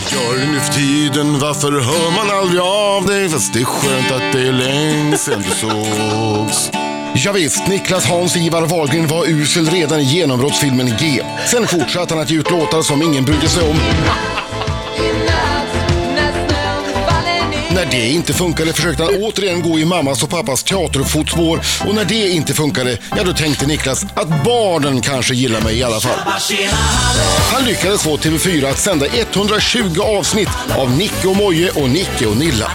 Gör det nu för tiden, varför hör man aldrig av dig? Fast det är skönt att det är länge sedan du sågs. Ja visst, Niklas Hans-Ivar Wahlgren var usel redan i genombrottsfilmen G. Sen fortsatte han att ge ut låtar som ingen brydde sig om. När det inte funkade försökte han återigen gå i mammas och pappas teaterfotspår. Och när det inte funkade, ja då tänkte Niklas att barnen kanske gillar mig i alla fall. Han lyckades få TV4 att sända 120 avsnitt av Nicke och Moje och Nicke och Nilla.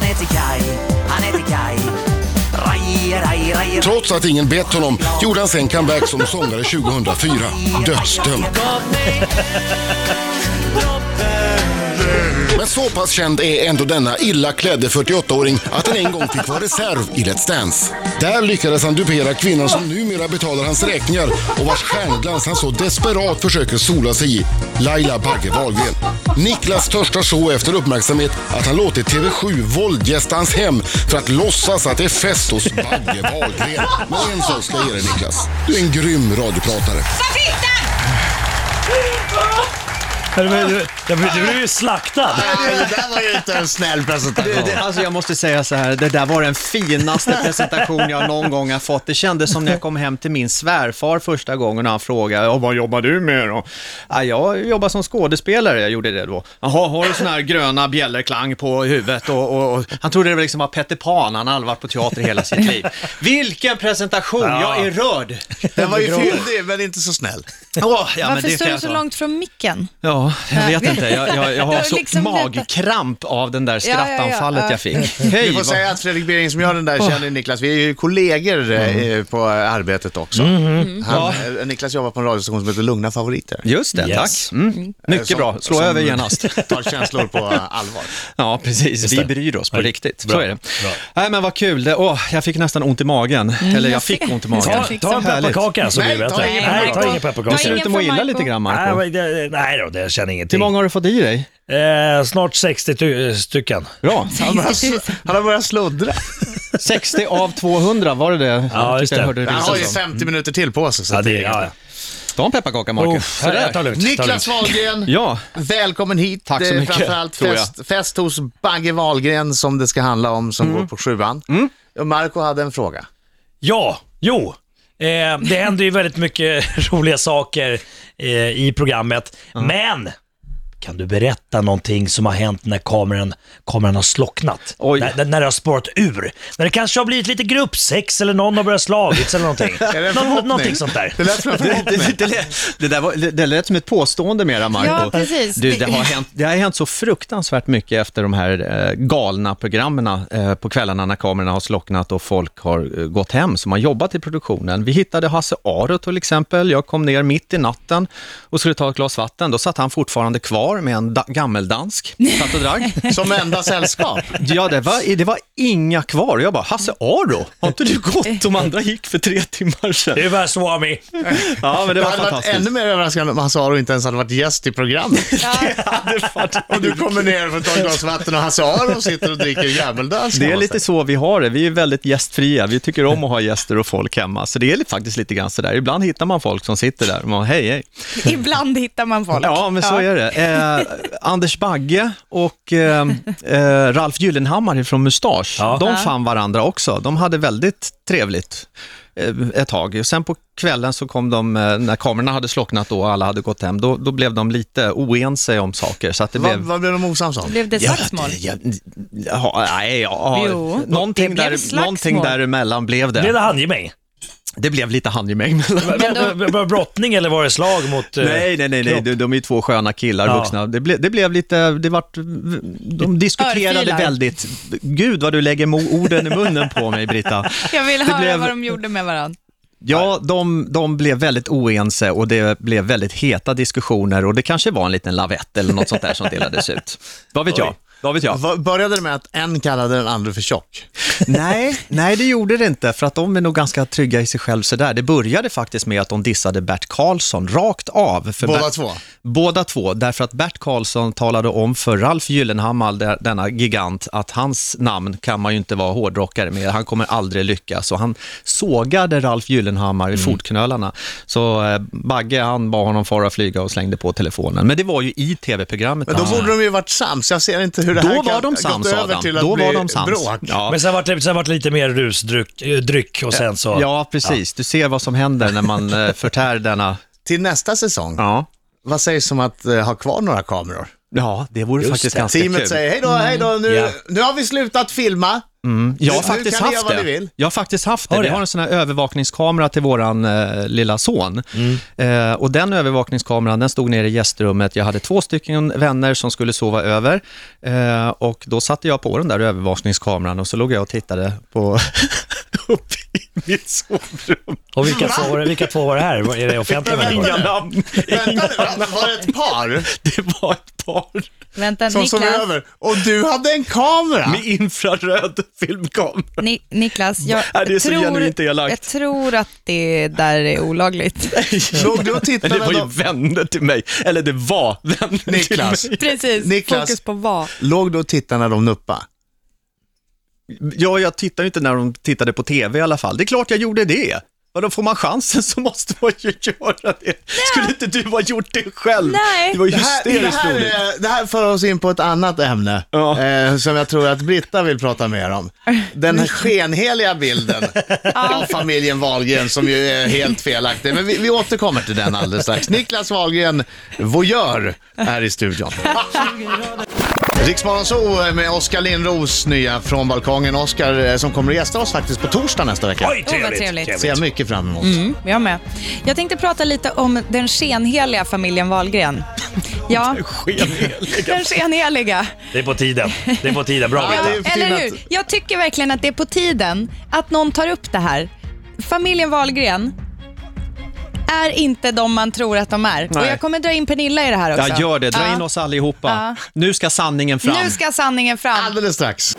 Trots att ingen bett honom gjorde han sen comeback som sångare 2004. Dödsdömd. Men så pass känd är ändå denna illa klädde 48-åring att han en gång fick vara reserv i Let's Dance. Där lyckades han dupera kvinnan som numera betalar hans räkningar och vars stjärnglans han så desperat försöker sola sig i, Laila Bagge Wahlgren. Niklas största show efter uppmärksamhet att han låtit TV7 våldgästa hans hem för att låtsas att det är fest hos Bagge Wahlgren. Men en sak ska jag ge dig, Niklas. Du är en grym radiopratare. Du blev ju slaktad. Det där var ju inte en snäll presentation. Alltså jag måste säga så här, det där var den finaste presentation jag någon gång har fått. Det kändes som när jag kom hem till min svärfar första gången och han frågade, vad jobbar du med då? Ja, jag jobbar som skådespelare, jag gjorde det då. Jaha, har du sån här gröna bjällerklang på huvudet? Och han trodde det var liksom var Peter Pan, han har aldrig varit på teater hela sitt liv. Vilken presentation, jag är rörd. Den var ju fyldig, men inte så snäll. Varför står du så långt från micken? Ja, jag vet inte. Jag har så liksom magkramp av den där skrattanfallet jag fick. Hej, Vi får säga att Fredrik Bering som gör den där känner Niklas. Vi är ju kollegor på arbetet också. Niklas jobbar på en radiostation som heter Lugna Favoriter. Just det, tack. Mycket bra. Slå över genast. Tar känslor på allvar. Ja, precis. Vi bryr oss på riktigt. Bra. Så är det. Nej, men vad kul. Jag fick nästan ont i magen. Eller jag fick ont i magen. Ta en pepparkaka så blir det bättre. Nej, ta ingen pepparkaka. Du ser ut att må illa lite grann, Marco. Nej då, det känner ingenting. Hur många har du fått i dig? Snart 60 stycken. Bra. Han har börjat sluddra. 60 av 200 var det? Ja, just det. Han har ju 50 minuter till på sig. Så Ta en pepparkaka, Marco. Niklas Wahlgren, välkommen hit. Tack så mycket. Framförallt fest hos Bagge Wahlgren som det ska handla om, som går på 7:an. Och Marco hade en fråga. Det händer ju väldigt mycket roliga saker i programmet. Men kan du berätta någonting som har hänt när kameran har slocknat? När det har spårat ur? När det kanske har blivit lite gruppsex eller någon har börjat slagits eller någonting. Någonting sånt där. Det lät som ett påstående mera, Marco. Ja, precis. Det har hänt så fruktansvärt mycket efter de här galna programmen på kvällarna när kamerorna har slocknat och folk har gått hem som har jobbat i produktionen. Vi hittade Hasse Aro till exempel. Jag kom ner mitt i natten och skulle ta ett glas vatten. Då satt han fortfarande kvar med en gammeldansk satt och drack. Som enda sällskap. Ja, det var inga kvar. Jag bara, Hasse Aro, har inte du gått? De andra gick för 3 timmar sedan. Det var Swami. Ja, men det var hade fantastiskt. varit ännu mer överraskande om Hasse Aro inte ens hade varit gäst i programmet. Och du kommer ner för att ta ett glas vatten och Hasse Aro sitter och dricker gammeldansk. Det är lite så vi har det. Vi är väldigt gästfria. Vi tycker om att ha gäster och folk hemma. Så det är faktiskt lite grann sådär. Ibland hittar man folk som sitter där och man, hej. Ibland hittar man folk. Ja, men så är det. Anders Bagge och Ralf Gyllenhammar från Mustasch, de fann varandra också. De hade väldigt trevligt ett tag. Och sen på kvällen så kom de, när kamerorna hade slocknat och alla hade gått hem, då blev de lite oense om saker. Så att det vad blev de osams om? Blev det slagsmål? Någonting däremellan blev det. Blev det handgemäng? Det blev lite handgemäng. Var det brottning eller var det slag mot... Nej, de är 2 sköna killar, vuxna. Det blev lite... De diskuterade väldigt... Gud vad du lägger orden i munnen på mig, Britta. Jag vill höra vad de gjorde med varandra. Ja, de blev väldigt oense och det blev väldigt heta diskussioner och det kanske var en liten lavett eller något sånt där som delades ut. Vad vet jag? Vad vet jag? Började det med att en kallade den andra för tjock? Nej, det gjorde det inte, för att de är nog ganska trygga i sig själv så där. Det började faktiskt med att de dissade Bert Karlsson rakt av. För Båda två, därför att Bert Karlsson talade om för Ralf Gyllenhammar, denna gigant, att hans namn kan man ju inte vara hårdrockare med. Han kommer aldrig lyckas. Så han sågade Ralf Gyllenhammar i fotknölarna. Så Bagge, han bad honom fara flyga och slängde på telefonen. Men det var ju i tv-programmet. Men då borde de ju varit sams. Jag ser inte hur det här kan gått över till att bli bråk. Ja. Men sen var det lite mer rusdryck och sen så... Ja, precis. Du ser vad som händer när man förtär denna... Till nästa säsong, vad sägs om att ha kvar några kameror? Ja, det vore faktiskt ganska kul. Teamet säger, hej då, nu har vi slutat filma. Jag har faktiskt haft det. Jag har faktiskt haft det. Vi har en sån här övervakningskamera till våran lilla son. Och den övervakningskameran, den stod nere i gästrummet. Jag hade 2 stycken vänner som skulle sova över. Och då satte jag på den där övervakningskameran och så låg jag och tittade på upp i mitt sovrum. Och vilka två var det här? Är det offentliga människor? Inga namn. Var det ett par? Det var ett par. Vänta, som sov över. Och du hade en kamera? Med infraröd filmkamera. Niklas, jag tror att det där är olagligt. Låg du och tittade? Det var ju vänner till mig. Eller det var vänner Niklas. till mig. Precis, Niklas, fokus på vad. Låg du och tittade när de nuppade? Ja, jag tittade inte när de tittade på tv i alla fall. Det är klart jag gjorde det. Och då får man chansen så måste man ju göra det. Nej. Skulle inte du ha gjort det själv? Nej. Det var ju hysteriskt roligt. Det här för oss in på ett annat ämne som jag tror att Britta vill prata mer om. Den skenheliga bilden av familjen Wahlgren som ju är helt felaktig. Men vi återkommer till den alldeles strax. Niklas Wahlgren, voyeur, är i studion. Riksmorgon så med Oskar Lindros nya Från balkongen. Oskar som kommer att gästa oss faktiskt på torsdag nästa vecka. Oj, trevligt. Ser jag mycket fram emot. Jag med. Jag tänkte prata lite om den skenheliga familjen Wahlgren. Ja, den skenheliga. Det är på tiden. Bra. Eller hur? Jag tycker verkligen att det är på tiden att någon tar upp det här. Familjen Wahlgren är inte de man tror att de är. Nej. Och jag kommer dra in Pernilla i det här också. Ja, gör det. Dra in oss allihopa. Nu ska sanningen fram. Alldeles strax.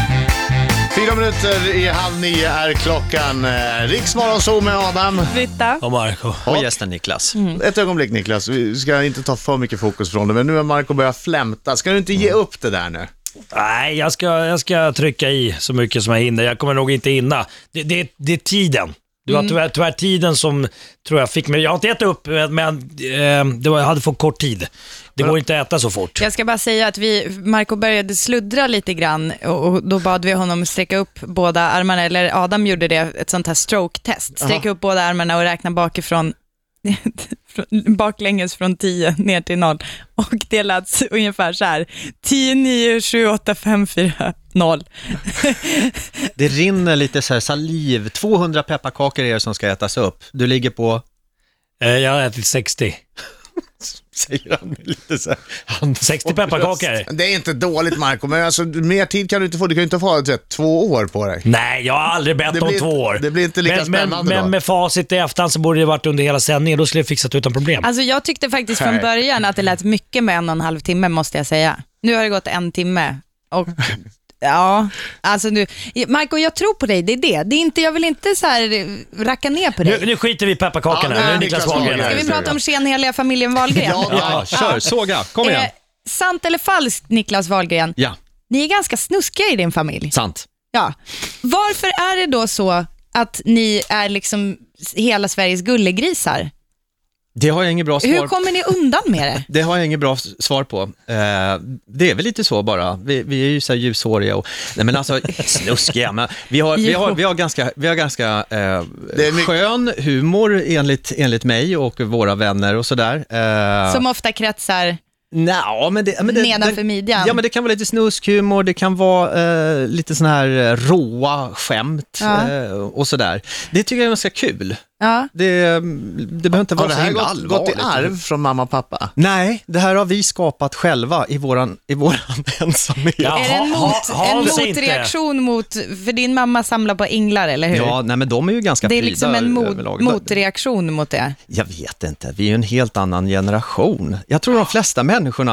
4 minuter i 8:30 är klockan. Riksmorgon så med Adam, Britta och Marco och gästen Niklas. Ett ögonblick Niklas, vi ska inte ta för mycket fokus från det, men nu har Marco börjat flämta. Ska du inte ge upp det där nu? Nej, jag ska trycka i så mycket som jag hinner. Jag kommer nog inte hinna. Det är tiden. Det var tyvärr tiden som tror jag fick mig. Jag har inte ätit upp, men jag hade fått kort tid. Det går inte att äta så fort. Jag ska bara säga att Marco började sluddra lite grann och då bad vi honom sträcka upp båda armarna, eller Adam gjorde det, ett sånt här stroke-test. Sträcka upp båda armarna och räkna bakifrån baklänges från 10 ner till 0. Och det lät ungefär så här: 10, 9, 7, 8, 5, 4, 0. Det rinner lite så här saliv. 200 pepparkakor är det som ska ätas upp. Du ligger på... Jag har ätit 60. Säger han lite så här. 60 pepparkakor. Det är inte dåligt, Marco, men alltså, mer tid kan du inte få. Du kan ju inte få 2 år på dig. Nej, jag har aldrig bett om 2 år. Det blir inte lika spännande men med facit i efterhand så borde det varit under hela sändningen. Då skulle jag fixat utan problem. Alltså jag tyckte faktiskt från början att det lät mycket med 1,5 timme, måste jag säga. Nu har det gått 1 timme och... Ja, alltså nu Marco, jag tror på dig, det är det. Det är inte, jag vill inte så här racka ner på dig. Nu skiter vi i pepparkakorna. Nu är Niklas Wahlgren. Ska vi prata om skenheliga familjen Wahlgren? Ja, kör, såga, kom igen. Sant eller falskt, Niklas Wahlgren? Ja. Ni är ganska snuskiga i din familj. Sant. Ja. Varför är det då så att ni är liksom hela Sveriges gullegrisar? Det har jag inget bra svar. Hur kommer ni undan med det? Det har jag inget bra svar på. Det är väl lite så bara. Vi är ju så här ljushåriga och... Nej men alltså, snuskiga. Men vi har ganska skön humor enligt mig och våra vänner och sådär. Som ofta kretsar... nedanför midjan. Ja, men det kan vara lite snuskhumor, det kan vara lite sån här råa skämt och sådär. Det tycker jag är ganska kul. Ja. Det behöver inte vara så himla allvarligt. Har det här gått i arv från mamma och pappa? Nej, det här har vi skapat själva i våran ensamhet. Ja, är det en motreaktion mot, för din mamma samlar på änglar, eller hur? Ja, nej, men de är ju ganska prida. Det är liksom en motreaktion mot det. Jag vet inte, vi är ju en helt annan generation. Jag tror de flesta människorna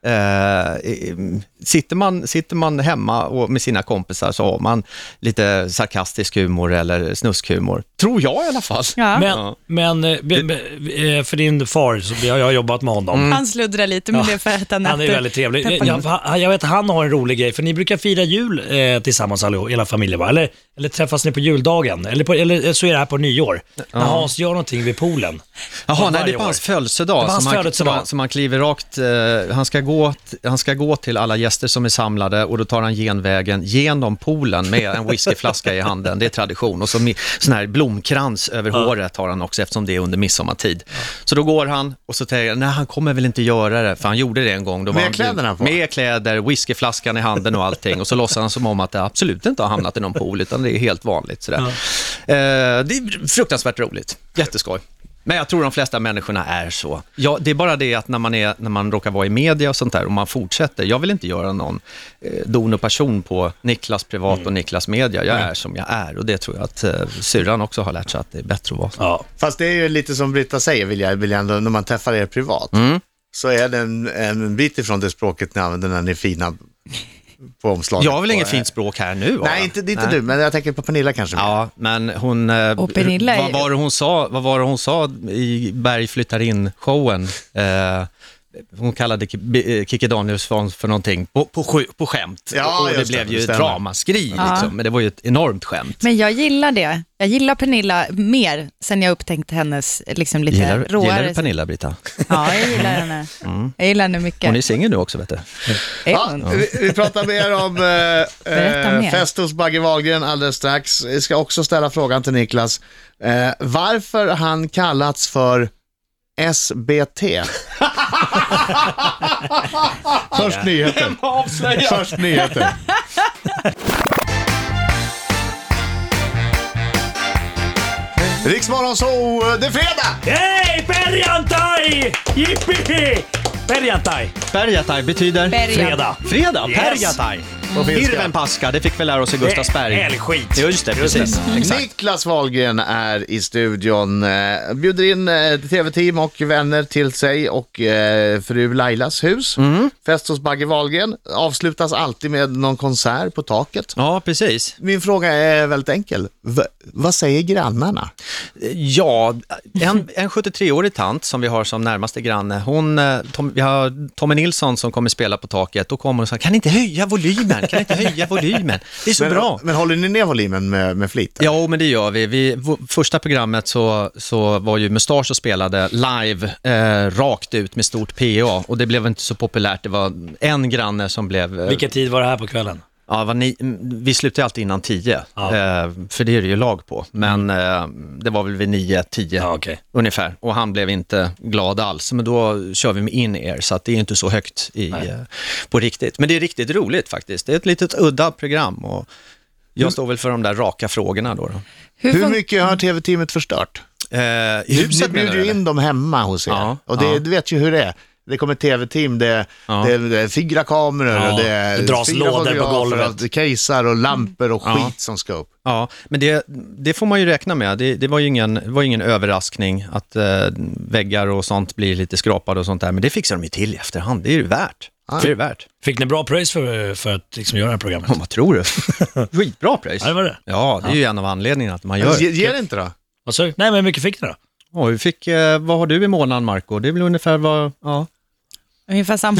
Sitter man hemma och med sina kompisar så har man lite sarkastisk humor eller snuskhumor. Tror jag i alla fall. Ja. Men för din far, så jag har jobbat med honom. Han sluddrar lite med det för att han är väldigt trevlig. Jag vet att han har en rolig grej, för ni brukar fira jul tillsammans hela familjen, va? Eller träffas ni på juldagen? Eller så är det här på nyår. När Hans gör någonting vid poolen. Jaha, nej, det är på hans födelsedag. Så man kliver rakt, han ska gå till alla gäster som är samlade och då tar han genvägen genom poolen med en whiskyflaska i handen. Det är tradition. Och så sån här blomkrans över håret har han också, eftersom det är under midsommartid. Så då går han och så tänker nej, han kommer väl inte göra det, för han gjorde det en gång. Då var kläderna på? Med kläder, whiskyflaskan i handen och allting. Och så låtsas han som om att det absolut inte har hamnat i någon pool, utan det är helt vanligt. Sådär. Det är fruktansvärt roligt. Jätteskoj. Men jag tror de flesta människorna är så. Ja, det är bara det att när man råkar vara i media och sånt där och man fortsätter. Jag vill inte göra någon don och person på Niklas privat och Niklas media. Jag är som jag är, och det tror jag att syrran också har lärt sig att det är bättre att vara. Ja. Fast det är ju lite som Britta säger, vill jag ändå, när man träffar er privat så är det en bit ifrån det språket ni använder när ni är fina på omslaget. Jag har väl inget fint språk här nu, va? Nej, inte du, men jag tänker på Pernilla kanske. Ja, men hon... vad var det hon sa i Berg flyttar in showen? Hon kallade Kikki Danielsson för någonting på skämt. Ja, och det blev ju ett dramaskri, liksom. Men det var ju ett enormt skämt. Men jag gillar det. Jag gillar Pernilla mer sen jag upptäckte hennes liksom lite råare. Gillar du Pernilla, Britta? Ja, jag gillar henne. Jag gillar henne mycket. Hon är singel nu också, vet du. Vi pratar mer om fest hos Bagge Wahlgren alldeles strax. Jag ska också ställa frågan till Niklas. Varför han kallats för SBT? Först nyheter. Riksmorgon så det är fredag! Hej, Perjantai! Jippi! Perjantai betyder fredag. Yes. Perjantai. Hirvenpaska, det fick vi lära oss i Gustavsberg. Älskit. Just det, precis. Niklas Wahlgren är i studion. Bjuder in tv-team och vänner till sig och fru Lailas hus. Fest hos Bagge Wahlgren avslutas alltid med någon konsert på taket. Ja, precis. Min fråga är väldigt enkel. Vad säger grannarna? Ja, en 73-årig tant som vi har som närmaste granne, vi har Tommy Nilsson som kommer spela på taket. Då kommer hon och säger, kan ni inte höja volymen? Det är så bra. Men håller ni ner volymen med flit? Ja, men det gör vi. Första programmet så var ju Mustasch och spelade live rakt ut med stort PA, och det blev inte så populärt. Det var en granne som blev... Vilken tid var det här på kvällen? Ja, vi slutade alltid innan 10, för det är det ju lag på. Men det var väl vid 9-10 ungefär. Och han blev inte glad alls. Men då kör vi med in-air, så att det är inte så högt på riktigt. Men det är riktigt roligt faktiskt. Det är ett litet udda program, och jag står väl för de där raka frågorna då. Hur mycket har tv-teamet förstört? Huset bjuder ju in dem hemma hos er. Och du vet ju hur det är. Det kommer tv-team, det är 4 kameror och det dras 4 lådor på golvet. Och casear och lampor och skit som ska upp. Ja, men det får man ju räkna med. Det var ju ingen överraskning att väggar och sånt blir lite skrapade och sånt där. Men det fixar de ju till i efterhand. Det är ju värt. Det är värt. Fick ni bra pröjs för att liksom göra det här programmet? Vad tror du? Skitbra pröjs. Ja, det var det. Ja, det är ju en av anledningarna att man gör det. Ge det inte då? Nej, men hur mycket fick ni då? Vi fick, vad har du i månaden, Marco? Det är väl ungefär ungefär samma.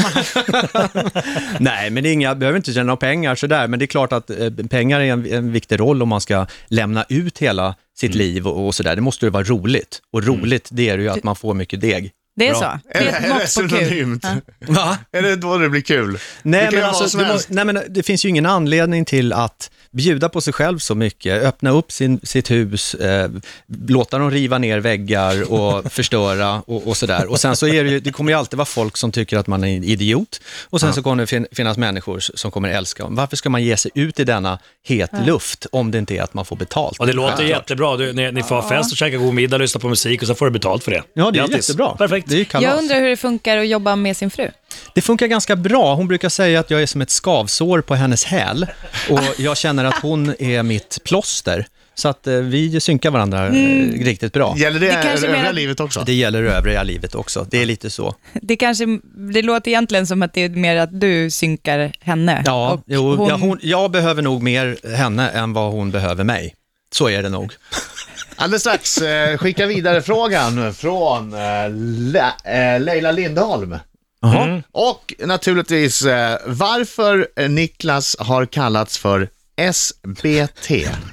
Nej, men det är behöver inte tjäna pengar sådär, men det är klart att pengar är en viktig roll om man ska lämna ut hela sitt liv och sådär. Det måste ju vara roligt. Och roligt, det är ju att man får mycket deg. Det är så. Det är ett synonymt. Va? Är det då det blir kul? Nej, men det finns ju ingen anledning till att bjuda på sig själv så mycket, öppna upp sitt hus, låta dem riva ner väggar och förstöra och sådär. Och sen så det kommer ju alltid vara folk som tycker att man är en idiot, och sen så kommer det finnas människor som kommer älska dem. Varför ska man ge sig ut i denna het luft om det inte är att man får betalt? Och det låter jättebra. Ni får ha fest och käka god middag, lyssna på musik och så får du betalt för det. Ja, det är jättebra. Perfekt. Det är kalas. Jag undrar hur det funkar att jobba med sin fru. Det funkar ganska bra. Hon brukar säga att jag är som ett skavsår på hennes häl. Och jag känner att hon är mitt plåster. Så att vi synkar varandra riktigt bra. Gäller det övriga att... livet också? Det gäller övriga livet också. Det är lite så. Det låter egentligen som att det är mer att du synkar henne. Ja, jag behöver nog mer henne än vad hon behöver mig. Så är det nog. Alldeles strax skicka vidare frågan från Leila Lindholm. Och naturligtvis varför Niklas har kallats för SBT.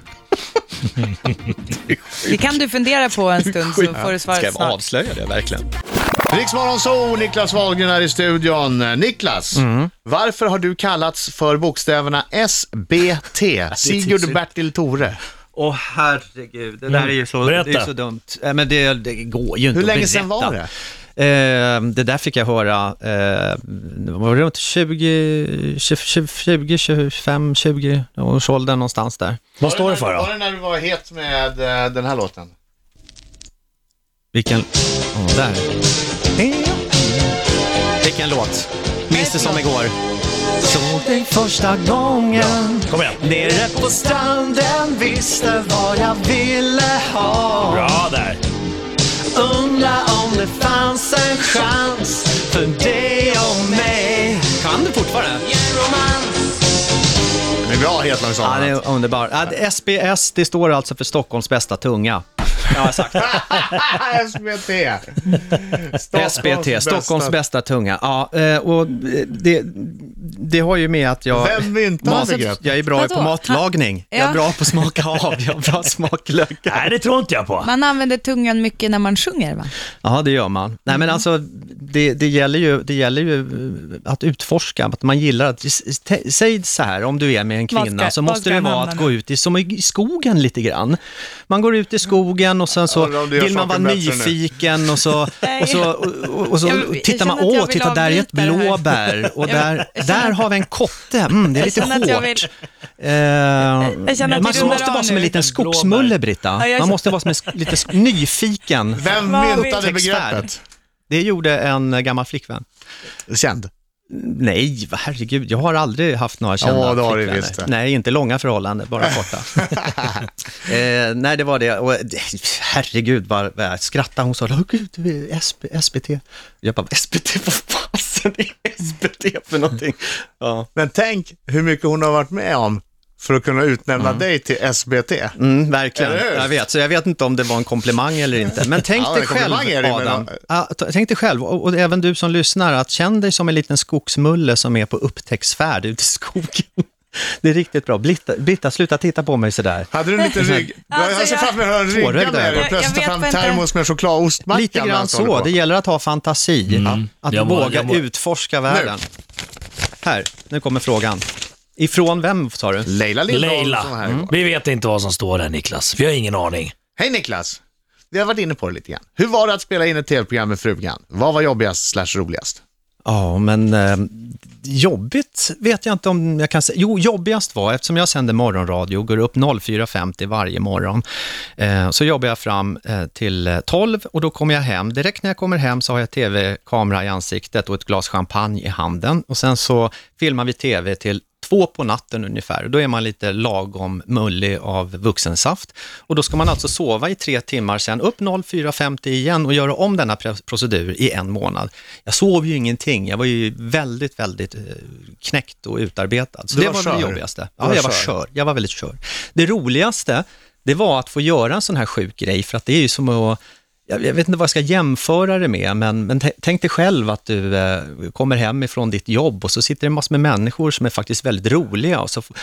Det kan du fundera på en stund så får du svara Ska jag snart. avslöja det verkligen? Riksmorgon så, Niklas Wahlgren är i studion. Niklas, varför har du kallats för bokstäverna SBT? Sigurd Bertil Tore. Åh herregud, det där är ju så, det är så dumt. Men det går ju inte. Hur länge att sedan var det? Det där fick jag höra var runt 25, 20 årsåldern någonstans där. Vad står det för då? Var det när du var het med den här låten? Vilken? Där. Vilken låt? Minns det som igår. Såg dig första gången. Kom igen. Nere på stranden, visste vad jag ville ha. Bra där. Undra om det fanns en chans för dig och mig. Kan du fortfarande? Det är bra helt långt. Ja, det är underbart. SBS, det står alltså för Stockholms bästa tunga. Jag har sagt SBT, Stockholms bästa tunga. Ja, och det har ju med att jag... Vem myntade begreppet? Jag är bra på matlagning. Jag är bra på smaka av. Jag har bra smaklökar. Nej, det tror inte jag på. Man använder tungan mycket när man sjunger, va? Ja, det gör man. Nej, men alltså, det gäller ju att utforska. Att man gillar att... Säg så här, om du är med en kvinna så måste det vara att gå ut som i skogen lite grann. Man går ut i skogen och sen så vill man vara nyfiken och så tittar man, titta där är ett blåbär och där har vi en kotte, det är lite hårt. Man måste vara som en liten skogsmulle, Britta. Man måste vara som en lite nyfiken. Vem myntade begreppet? Det gjorde en gammal flickvän. Känd? Nej, herregud, jag har aldrig haft några kända flickvänner. Nej, inte långa förhållanden, bara korta. Nej, det var det. Och, herregud, vad skrattade hon sa, gud, SBT. Jag bara, SBT, vad fasen är SBT för någonting? Ja. Men tänk hur mycket hon har varit med om för att kunna utnämna dig till SBT. Verkligen, jag vet. Så jag vet inte om det var en komplimang eller inte. Men tänk dig själv, Adam. Tänk dig själv, och även du som lyssnar, att känn dig som en liten skogsmulle som är på upptäcktsfärd ute i skogen. Det är riktigt bra. Britta, sluta titta på mig sådär. Hade du en liten rygg? Jag ser framför mig en rygga med och plötsligt ta fram termos med choklad och ostmacka. Lite grann så. Det gäller att ha fantasi. Att våga utforska världen. Här, nu kommer frågan. Ifrån vem, sa du? Leila. Vi vet inte vad som står där, Niklas. Vi har ingen aning. Hej Niklas. Vi har varit inne på det lite grann. Hur var det att spela in ett tv-program med frugan? Vad var jobbigast / roligast? Ja, men jobbigt vet jag inte om jag kan säga. Jo, jobbigast var, eftersom jag sänder morgonradio, går upp 04.50 varje morgon, så jobbar jag fram till 12 och då kommer jag hem. Direkt när jag kommer hem så har jag tv-kamera i ansiktet och ett glas champagne i handen. Och sen så filmar vi tv till 2 på natten ungefär. Då är man lite lagom mullig av vuxensaft. Och då ska man alltså sova i 3 timmar, sen upp 04.50 igen och göra om denna procedur i 1 månad. Jag sov ju ingenting. Jag var ju väldigt, väldigt knäckt och utarbetad. Så det var det jobbigaste. Ja, jag var väldigt kör. Det roligaste, det var att få göra en sån här sjuk grej, för att det är ju som att... Jag vet inte vad jag ska jämföra det med, men tänk dig själv att du kommer hem ifrån ditt jobb och så sitter det en massa med människor som är faktiskt väldigt roliga och så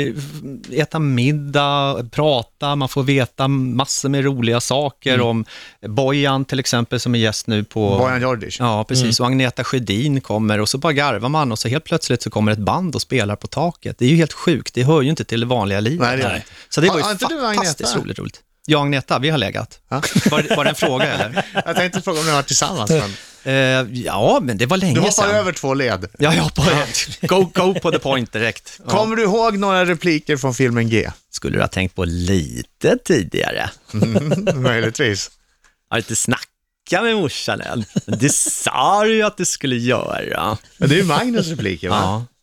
äta middag, prata, man får veta massor med roliga saker om Bojan till exempel som är gäst nu på... Bojan Djordjic. Ja, precis. Och Agneta Sjödin kommer och så bara garvar man och så helt plötsligt så kommer ett band och spelar på taket. Det är ju helt sjukt, det hör ju inte till det vanliga livet. Nej. Så det var ju fantastiskt roligt. Jag och Agneta, vi har legat. Var det en fråga eller? Jag tänkte fråga om ni var tillsammans. Men... ja, men det var länge sedan. Du hoppar över 2 led. Ja, jag hoppar go på the point direkt. Ja. Kommer du ihåg några repliker från filmen G? Skulle du ha tänkt på lite tidigare? Möjligtvis. Jag har inte snackat med morsan än. Det sa du ju att du skulle göra. Men det är ju Magnus repliker, va? Ja.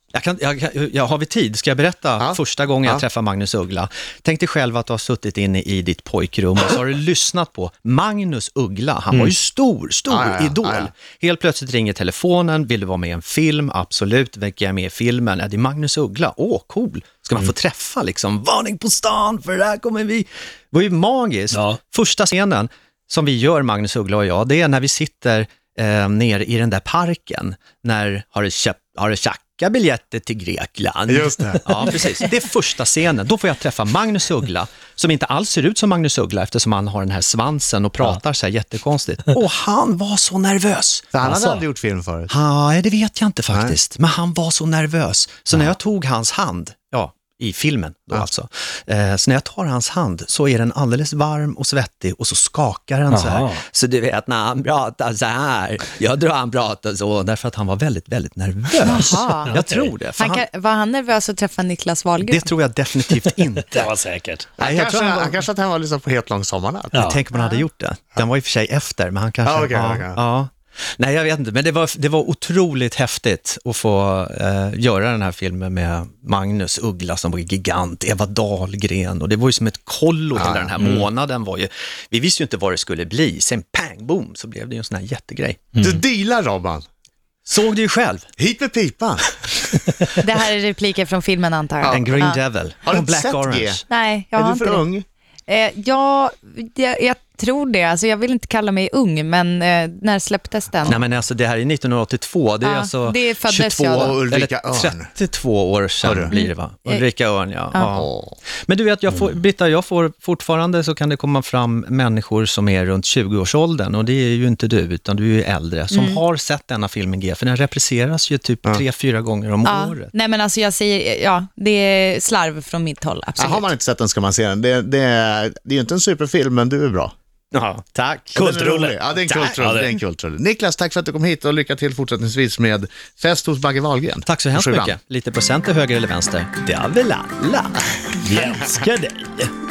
Har vi tid? Ska jag berätta första gången jag träffade Magnus Uggla? Tänk dig själv att du har suttit inne i ditt pojkrum och så har du lyssnat på Magnus Uggla. Han var ju stor idol. Helt plötsligt ringer telefonen. Vill du vara med i en film? Absolut. Vilka är med i filmen? Det är Magnus Uggla. Cool. Ska man få träffa liksom? Varning på stan, för där kommer vi. Det var ju magiskt. Ja. Första scenen som vi gör, Magnus Uggla och jag, det är när vi sitter ner i den där parken. När har du tjacka biljetter till Grekland? Just det. Ja, precis. Det är första scenen. Då får jag träffa Magnus Uggla, som inte alls ser ut som Magnus Uggla eftersom han har den här svansen och pratar så här jättekonstigt. Och han var så nervös. Så han hade aldrig gjort film förut? Ja, det vet jag inte faktiskt. Nej. Men han var så nervös. Så när jag tog hans hand, i filmen då alltså. Så när jag tar hans hand så är den alldeles varm och svettig och så skakar den så här. Så du vet när han pratar så här. Jag tror han pratar så därför att han var väldigt, väldigt nervös. Jag tror det. Var han nervös att träffa Niklas Wahlgren? Det tror jag definitivt inte. Det var säkert. Han kanske att han var liksom på helt lång sommarnatt. Jag tänker man hade gjort det. Den var i och för sig efter, men han kanske... Ja. Nej, jag vet inte, men det var otroligt häftigt att få göra den här filmen med Magnus Uggla som var gigant, Eva Dahlgren, och det var ju som ett kollo hela den här månaden var ju, vi visste ju inte vad det skulle bli, sen pang, boom, så blev det ju en sån här jättegrej. Du dealar, Robban. Såg du ju själv. Hit med pipan. Det här är repliker från filmen, antar jag. En Green Devil. Har du Black sett Orange. G? Nej, jag har inte det. Är du för ung? Jag tror det. Alltså, jag vill inte kalla mig ung, men när släpptes den? Nej, men alltså det här är 1982. Det är alltså det föddes 22 Ulrika eller 32 år sedan blir det, va? Ulrika Örn, ja. Men du vet, Britta, jag får fortfarande så kan det komma fram människor som är runt 20-årsåldern, och det är ju inte du, utan du är ju äldre, som har sett denna filmen G, för den representeras ju typ 3-4 gånger om året. Nej, men alltså jag säger, det är slarv från mitt håll, absolut. Har man inte sett den ska man se den. Det är ju inte en superfilm, men du är bra. Ja, tack. Kultrulle. Ja, det är en kultrulle. Niklas, tack för att du kom hit och lycka till fortsättningsvis med Fest hos Bagge Wahlgren. Tack så hemskt mycket. Lite procent till höger eller vänster. Det är väl alla. Vi älskar dig.